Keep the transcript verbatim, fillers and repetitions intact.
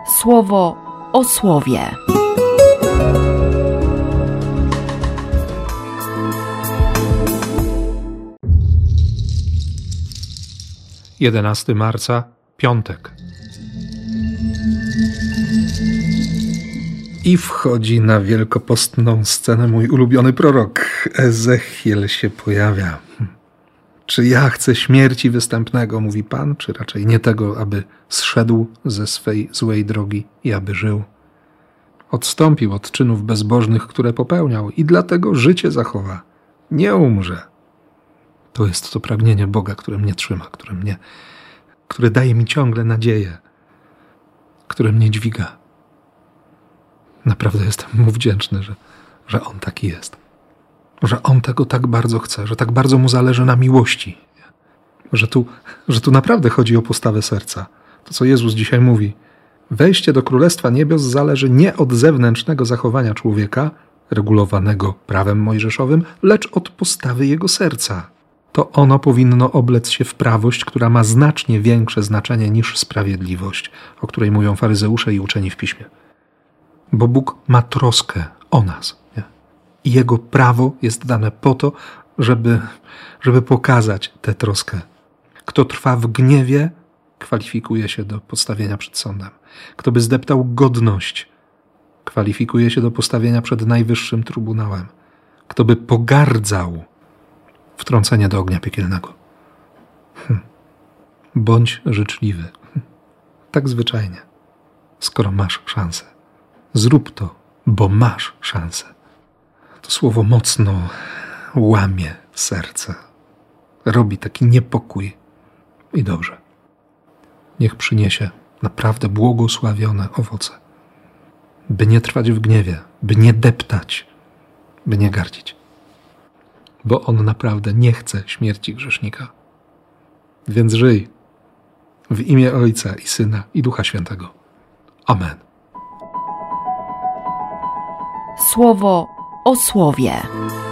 Słowo o słowie. jedenastego marca, piątek. I wchodzi na wielkopostną scenę mój ulubiony prorok. Ezechiel się pojawia. Czy ja chcę śmierci występnego, mówi Pan, czy raczej nie tego, aby zszedł ze swej złej drogi i aby żył? Odstąpił od czynów bezbożnych, które popełniał i dlatego życie zachowa. Nie umrze. To jest to pragnienie Boga, które mnie trzyma, które mnie, które daje mi ciągle nadzieję, które mnie dźwiga. Naprawdę jestem mu wdzięczny, że, że On taki jest. Że On tego tak bardzo chce, że tak bardzo Mu zależy na miłości. Że tu, że tu naprawdę chodzi o postawę serca. To, co Jezus dzisiaj mówi. Wejście do Królestwa Niebios zależy nie od zewnętrznego zachowania człowieka, regulowanego prawem mojżeszowym, lecz od postawy jego serca. To ono powinno oblec się w prawość, która ma znacznie większe znaczenie niż sprawiedliwość, o której mówią faryzeusze i uczeni w Piśmie. Bo Bóg ma troskę o nas. Nie? I Jego prawo jest dane po to, żeby, żeby pokazać tę troskę. Kto trwa w gniewie, kwalifikuje się do postawienia przed sądem. Kto by zdeptał godność, kwalifikuje się do postawienia przed najwyższym trybunałem. Kto by pogardzał, wtrącenie do ognia piekielnego. Hm. Bądź życzliwy. Hm. Tak zwyczajnie. Skoro masz szansę. Zrób to, bo masz szansę. To słowo mocno łamie serce. Robi taki niepokój. I dobrze. Niech przyniesie naprawdę błogosławione owoce. By nie trwać w gniewie, by nie deptać, by nie gardzić. Bo On naprawdę nie chce śmierci grzesznika. Więc żyj w imię Ojca i Syna i Ducha Świętego. Amen. Słowo o słowie.